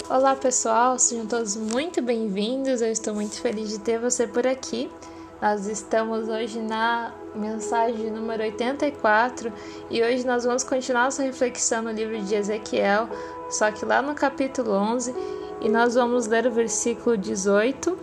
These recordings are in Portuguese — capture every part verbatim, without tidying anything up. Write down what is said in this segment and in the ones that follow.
Olá pessoal, sejam todos muito bem-vindos, eu estou muito feliz de ter você por aqui. Nós estamos hoje na mensagem número oitenta e quatro e hoje nós vamos continuar nossa reflexão no livro de Ezequiel, só que lá no capítulo onze, e nós vamos ler o versículo dezoito,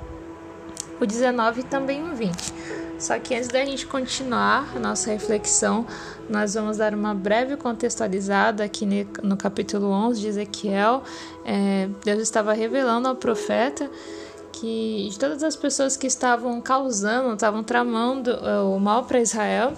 o dezenove e também o vinte. Só que antes da gente continuar a nossa reflexão, nós vamos dar uma breve contextualizada aqui no capítulo onze de Ezequiel. É, Deus estava revelando ao profeta que de todas as pessoas que estavam causando, estavam tramando o mal para Israel,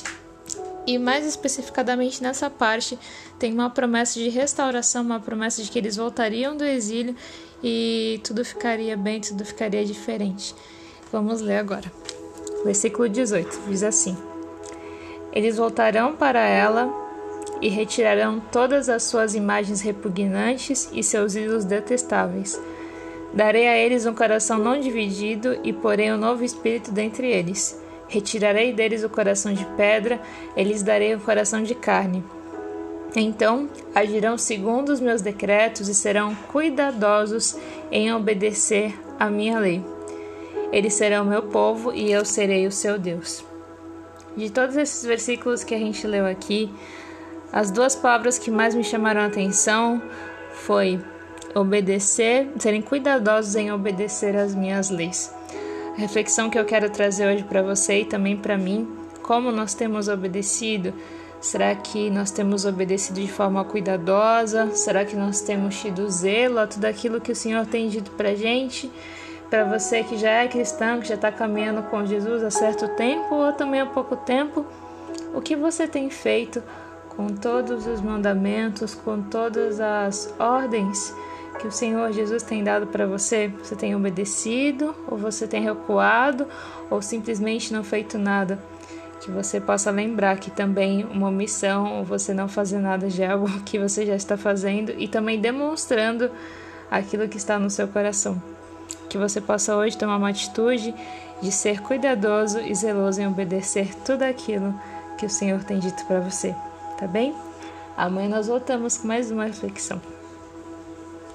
e mais especificadamente nessa parte, tem uma promessa de restauração, uma promessa de que eles voltariam do exílio e tudo ficaria bem, tudo ficaria diferente. Vamos ler agora. Versículo dezoito, diz assim: Eles voltarão para ela e retirarão todas as suas imagens repugnantes e seus ídolos detestáveis. Darei a eles um coração não dividido e porei um novo espírito dentre eles. Retirarei deles o coração de pedra e lhes darei um coração de carne. Então agirão segundo os meus decretos e serão cuidadosos em obedecer à minha lei. Eles serão meu povo e eu serei o seu Deus. De todos esses versículos que a gente leu aqui, as duas palavras que mais me chamaram a atenção foi obedecer, serem cuidadosos em obedecer às minhas leis. A reflexão que eu quero trazer hoje para você e também para mim, como nós temos obedecido? Será que nós temos obedecido de forma cuidadosa? Será que nós temos tido zelo a tudo aquilo que o Senhor tem dito para a gente? Para você que já é cristão, que já está caminhando com Jesus há certo tempo ou também há pouco tempo, o que você tem feito com todos os mandamentos, com todas as ordens que o Senhor Jesus tem dado para você? Você tem obedecido ou você tem recuado ou simplesmente não feito nada? Que você possa lembrar que também uma omissão ou você não fazer nada já é algo que você já está fazendo e também demonstrando aquilo que está no seu coração. Que você possa hoje tomar uma atitude de ser cuidadoso e zeloso em obedecer tudo aquilo que o Senhor tem dito para você, tá bem? Amanhã nós voltamos com mais uma reflexão.